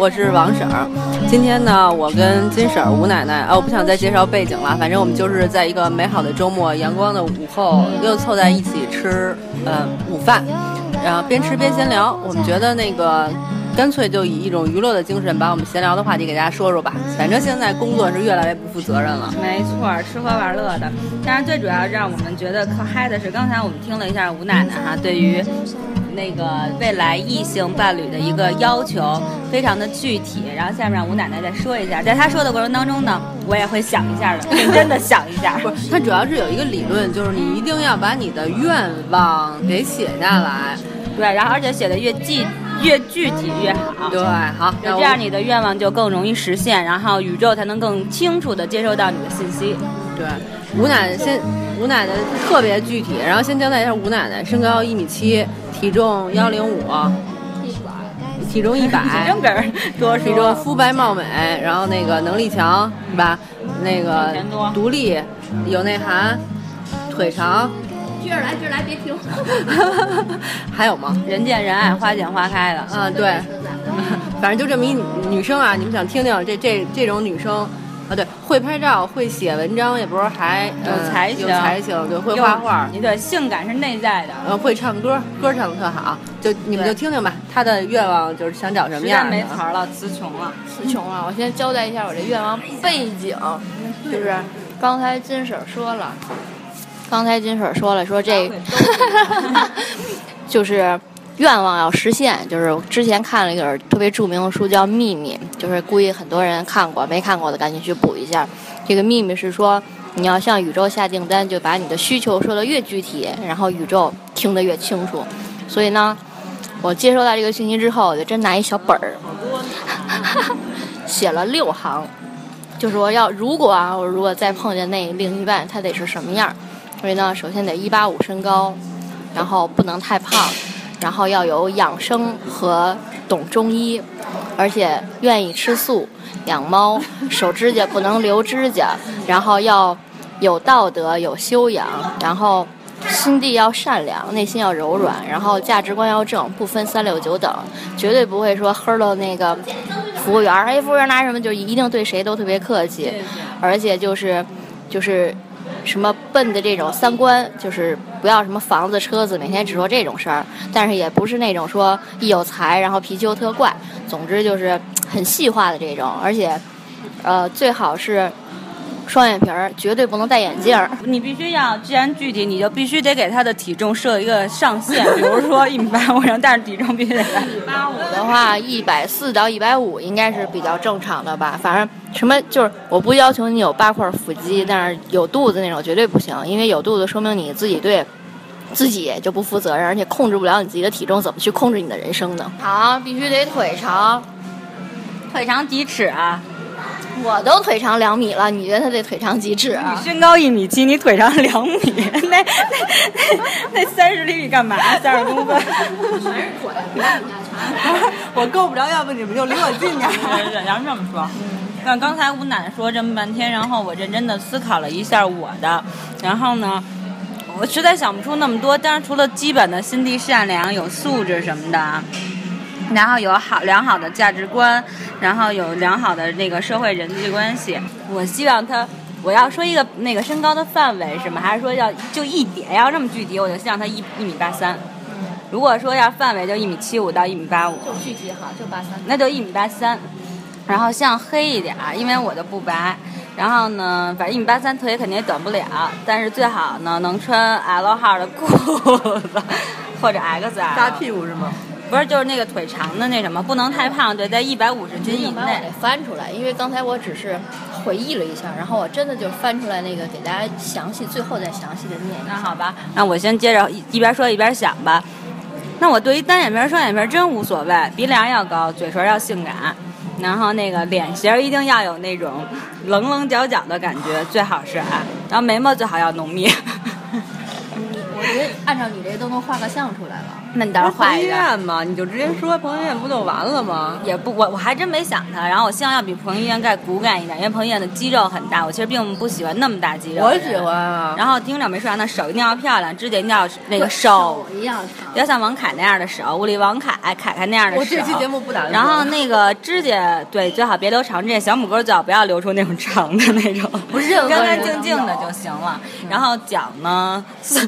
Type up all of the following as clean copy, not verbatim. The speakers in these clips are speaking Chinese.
我是王婶儿。今天呢，我跟金婶儿、吴奶奶，我不想再介绍背景了，反正我们就是在一个美好的周末、阳光的午后，又凑在一起吃午饭，然后边吃边闲聊。我们觉得那个干脆就以一种娱乐的精神，把我们闲聊的话题给大家说说吧。反正现在工作是越来越不负责任了。 没错，吃喝玩乐的。但是最主要让我们觉得可嗨的是，刚才我们听了一下吴奶奶哈，对于那个未来异性伴侣的一个要求非常的具体。然后下面让吴奶奶再说一下，在她说的过程当中呢，我也会想一下的，认真的想一下。 不是，它主要是有一个理论，就是你一定要把你的愿望给写下来。 对，然后而且写的越具体越好。 对，好， 这样你的愿望就更容易实现，然后宇宙才能更清楚地接收到你的信息。 对，吴奶奶特别具体，然后先交代一下吴奶奶，身高1.7米，体重105，体重100， 正根儿多说， 体重肤白貌美，然后那个能力强是吧？那个独立，有内涵，腿长。 接着来，别停。 还有吗？ 人见人爱，花见花开的。 嗯，对，反正就这么一女生啊，你们想听听这种女生啊？对，会拍照，会写文章，也不是还有才情，对，会画画， 对，性感是内在的。 会唱歌唱得特好，就你们就听听吧。她的愿望就是想找什么样的？ 没词儿了，词穷了。 我先交代一下我这愿望背景，就是刚才金婶说了，说这就是愿望要实现，就是之前看了一本特别著名的书叫《秘密》，就是估计很多人看过，没看过的赶紧去补一下。这个秘密是说你要向宇宙下订单，就把你的需求说得越具体，然后宇宙听得越清楚。所以呢，我接收到这个信息之后，我就真拿一小本儿写了6行，就是我如果再碰见那另一半，他得是什么样。所以呢，首先得185身高，然后不能太胖，然后要有养生和懂中医，而且愿意吃素、养猫，手指甲不能留指甲，然后要有道德、有修养，然后心地要善良，内心要柔软，然后价值观要正，不分3、6、9等，绝对不会说黑了那个服务员，服务员拿什么就一定对谁都特别客气，而且就是什么笨的这种三观，就是不要什么房子车子，每天只说这种事儿，但是也不是那种说一有才然后脾气又特怪，总之就是很细化的这种，而且最好是双眼皮儿，绝对不能戴眼镜儿。 你必须要，既然具体，你就必须得给他的体重设一个上限，比如说185米，但是体重必须得在 185的话，140到150应该是比较正常的吧。反正什么就是我不要求你有8块腹肌，但是有肚子那种绝对不行，因为有肚子说明你自己对自己就不负责任，而且控制不了你自己的体重，怎么去控制你的人生呢？好，必须得腿长几尺啊？ 我都腿长2米了，你觉得他得腿长几尺啊？ 你身高1.7米，你腿长2米，那30厘米干嘛？30公分， 全是腿， 我够不着，要不你们就离我近点。 对，要这么说。那刚才吴奶奶说这么半天，然后我认真的思考了一下我的，然后呢，我实在想不出那么多，但是除了基本的心地善良、有素质什么的。然后有良好的价值观，然后有良好的那个社会人际关系。我希望我要说一个那个身高的范围是吗？还是说就一点要这么具体？我就希望他1.83米。如果说要范围就1.75米到1.85米。 就具体好，就83。 那就1.83米。然后像黑一点，因为我就不白。然后呢，反正1.83米腿肯定也短不了，但是最好呢能穿 L 号的裤子或者 XL。 大屁股是吗？ 不是，就是那个腿长的那什么，不能太胖，对，在150斤以内。 得翻出来，因为刚才我只是回忆了一下，然后我真的就翻出来那个给大家最后再详细的念。 那好吧，那我先接着一边说一边想吧。那我对于单眼皮、双眼皮真无所谓，鼻梁要高，嘴唇要性感，然后那个脸型一定要有那种棱棱角角的感觉，最好是然后眉毛最好要浓密。 我觉得按照你这都能画个像出来了。 那你到时候画一个。 彭于晏嘛，你就直接说彭于晏不就完了吗？ 也不，我还真没想他。然后我希望要比彭于晏再骨感一点，因为彭于晏的肌肉很大，我其实并不喜欢那么大肌肉。 我喜欢啊。 然后丁长没说完，那手一定要漂亮，指甲一定要那个手一样长， 要像王凯那样的手，物理王凯凯那样的手。 我这期节目不打算。 然后那个指甲，对，最好别留长指甲，小拇哥最好不要留出那种长的那种， 不是干干净净的就行了。然后脚呢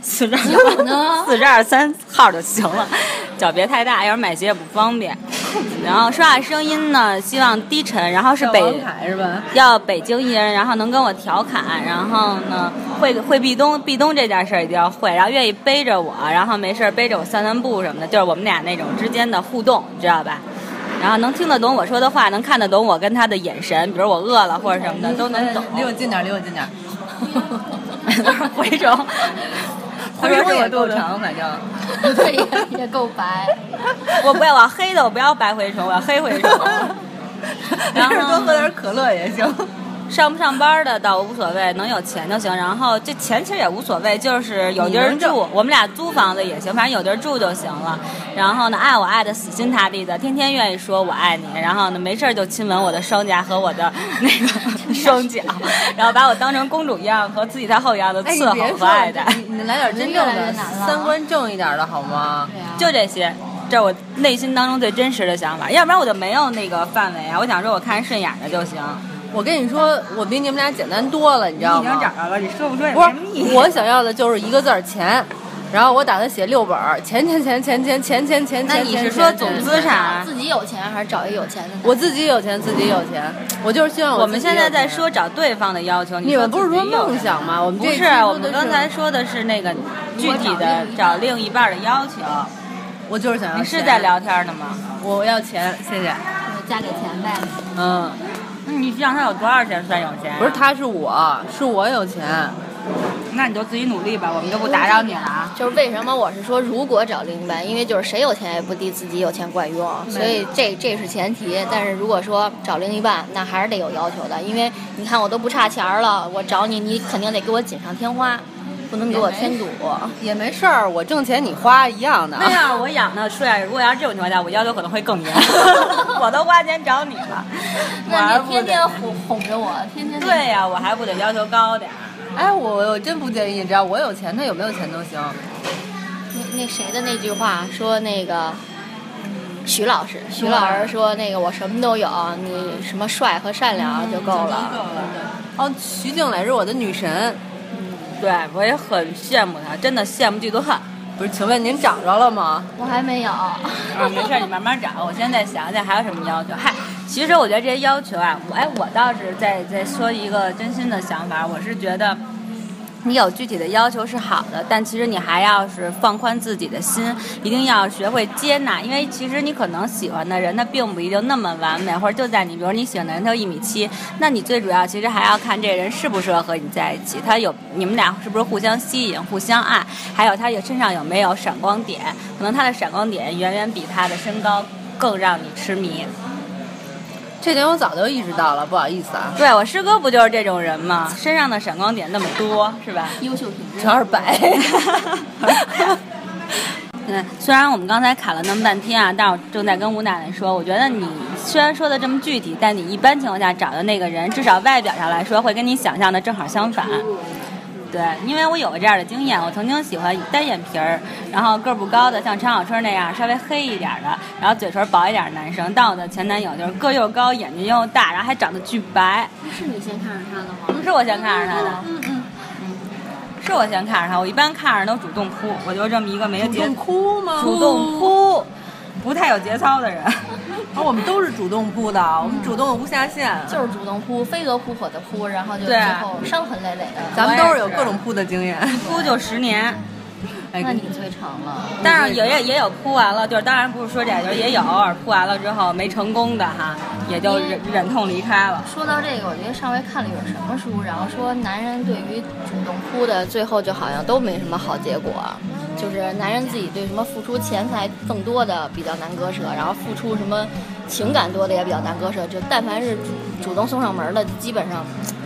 ，42、43号就行了，脚别太大，要是买鞋也不方便。然后说话声音呢，希望低沉，然后是要北京艺人，然后能跟我调侃，然后呢会壁咚这件事一定要会，然后愿意背着我，然后没事背着我散散步什么的，就是我们俩那种之间的互动，你知道吧？然后能听得懂我说的话，能看得懂我跟他的眼神，比如我饿了或者什么的都能懂。 离我近点，离我近点。 回头。 回头是我肚子长，反正对也够白。 我不要，我黑的，我不要白蛔虫，我要黑蛔虫。 然后多喝点可乐也行。 上不上班的倒无所谓，能有钱就行。然后这钱其实也无所谓，就是有地儿住，我们俩租房子也行，反正有地儿住就行了。然后呢，爱我爱的死心塌地的，天天愿意说我爱你。然后呢，没事就亲吻我的双颊和我的那个双脚，然后把我当成公主一样和慈禧太后一样的伺候和爱戴。 你来点真正的三观正一点的好吗？ 就这些。这是我内心当中最真实的想法，要不然我就没有那个范围啊。我想说，我看顺眼的就行。 我跟你说，我比你们俩简单多了，你知道吗？ 你已经找着了，你说不出也没秘密。我想要的就是一个字儿钱，然后我打算写6本儿，钱。那你是说总资产？ 自己有钱还是找一有钱的？ 我自己有钱，我就是希望我们现在在说找对方的要求， 你们不是说梦想吗？我们不是，我们刚才说的是那个具体的找另一半的要求。 我就是想要钱。 你是在聊天的吗？ 我要钱，谢谢。 我嫁给钱呗。 嗯。 那你让他有多少钱算有钱？ 不是他是我有钱。 那你就自己努力吧，我们就不打扰你了啊。 就是为什么我是说如果找另一半，因为就是谁有钱也不敌自己有钱管用，所以这是前提。但是如果说找另一半，那还是得有要求的，因为你看我都不差钱了，我找你，你肯定得给我锦上添花。不能给我添堵也没事儿，我挣钱你花一样的。 那样我养的睡，如果要是这种情况下，我要求可能会更严。我都花钱找你了， 那你天天哄着我，天天。 对呀，我还不得要求高点。 哎，我真不介意，只要我有钱，他有没有钱都行。 那谁的那句话说那个，徐老师说那个我什么都有，你什么帅和善良就够了。 哦，徐静蕾是我的女神。 对，我也很羡慕他，真的羡慕嫉妒恨。 不是，请问您找着了吗？ 我还没有。 没事，你慢慢找。我现在想想还有什么要求。嗨，其实我觉得这些要求啊，我倒是再说一个真心的想法，我是觉得。你有具体的要求是好的，但其实你还要是放宽自己的心，一定要学会接纳，因为其实你可能喜欢的人他并不一定那么完美，或者就在你比如你喜欢的人他有1.7米，那你最主要其实还要看这个人适不适合和你在一起，你们俩是不是互相吸引、互相爱，还有他身上有没有闪光点，可能他的闪光点远远比他的身高更让你痴迷。 这点我早就意识到了，不好意思啊。 对，我师哥不就是这种人吗？身上的闪光点那么多，是吧？ 优秀品质， 全是白。 虽然我们刚才侃了那么半天啊，但是我正在跟吴奶奶说，我觉得你虽然说的这么具体，但你一般情况下找的那个人，至少外表上来说，会跟你想象的正好相反。对，因为我有过这样的经验，我曾经喜欢单眼皮儿，然后个儿不高的，像陈小春那样稍微黑一点的，然后嘴唇薄一点的男生。但我的前男友就是个又高，眼睛又大，然后还长得巨白。 是你先看上他的吗？ 不是我先看上他的。是我先看上他，我一般看上都主动哭，我就这么一个没有节。 主动哭吗？ 主动哭，不太有节操的人。 我们都是主动扑的，我们主动无下限， 就是主动扑，飞蛾扑火的扑，然后就最后伤痕累累的。 咱们都是有各种扑的经验， 扑就10年。 那你最长了。 但是也有扑完了，就是当然不是说这样，就是也有偶尔扑完了之后没成功的哈，也就忍痛离开了。 说到这个，我觉得上回看了一本什么书，然后说男人对于主动扑的最后就好像都没什么好结果，就是男人自己对什么付出钱财更多的比较难割舍，然后付出什么情感多的也比较难割舍，就但凡是主动送上门的，基本上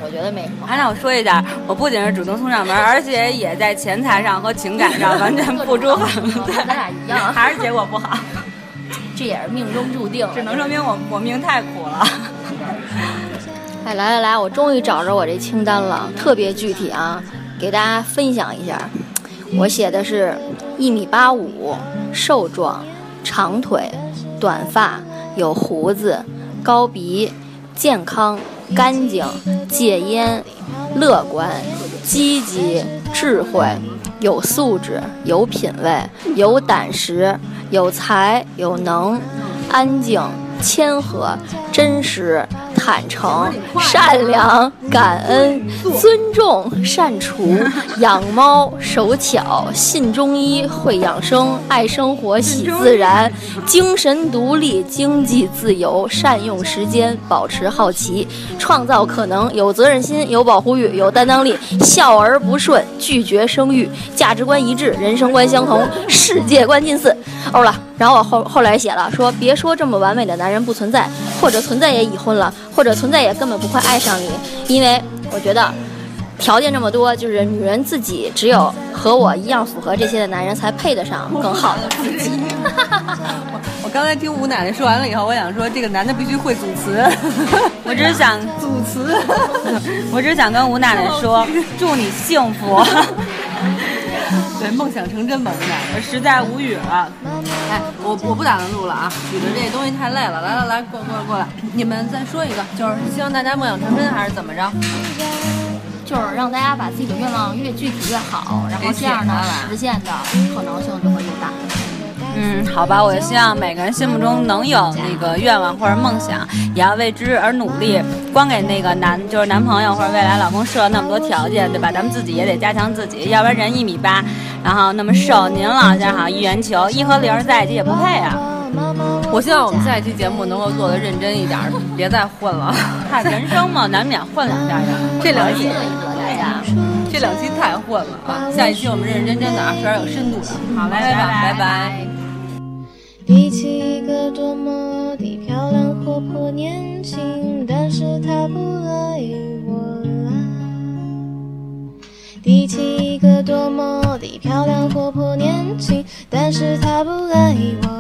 我觉得没什么。 那我说一下，我不仅是主动送上门，而且也在钱财上和情感上完全付出很多。 咱俩一样， 还是结果不好， 这也是命中注定， 只能说明我命太苦了。 哎，来，我终于找着我这清单了，特别具体啊，给大家分享一下。我写的是1.85米，瘦壮，长腿，短发，有胡子，高鼻，健康，干净，戒烟，乐观，积极，智慧，有素质，有品位，有胆识，有才，有能，安静，谦和，真实，坦诚，善良，感恩，尊重，善厨，养猫，手巧，信中医，会养生，爱生活，喜自然，精神独立，经济自由，善用时间，保持好奇，创造可能，有责任心，有保护欲，有担当力，笑而不顺，拒绝生育，价值观一致，人生观相同，世界观近似。欧了，然后我后来写了说，别说这么完美的男人不存在，或者存在也已婚了，或者存在也根本不会爱上你，因为我觉得条件这么多，就是女人自己只有和我一样符合这些的男人才配得上更好的自己。 我刚才听吴奶奶说完了以后，我想说这个男的必须会组词。 我只是想组词， 我只是想跟吴奶奶说，祝你幸福。 对，梦想成真吧，吴奶奶。 我实在无语了。 哎，我不打算录了啊，举着这东西太累了。来，过来，你们再说一个，就是希望大家梦想成真，还是怎么着？ 就是让大家把自己的愿望越具体越好，然后这样呢，实现的可能性就会越大。 好吧，我希望每个人心目中能有那个愿望或者梦想，也要为之而努力。光给那个就是男朋友或者未来老公设那么多条件，对吧？咱们自己也得加强自己，要不然人1.8米，然后那么瘦，您老家好像1圆球，1和0在一起也不配啊。 我希望我们下一期节目能够做得认真一点，别再混了。 看人生嘛，难免混两下呀。 这2期， 这 2期太混了啊！下一期我们认认真真的啊，说点有深度的。 好嘞， 拜拜。 比起一个多么的漂亮、活泼、年轻，但是他不乐意我啦。比起一个多么的漂亮、活泼、年轻，但是他不乐意我。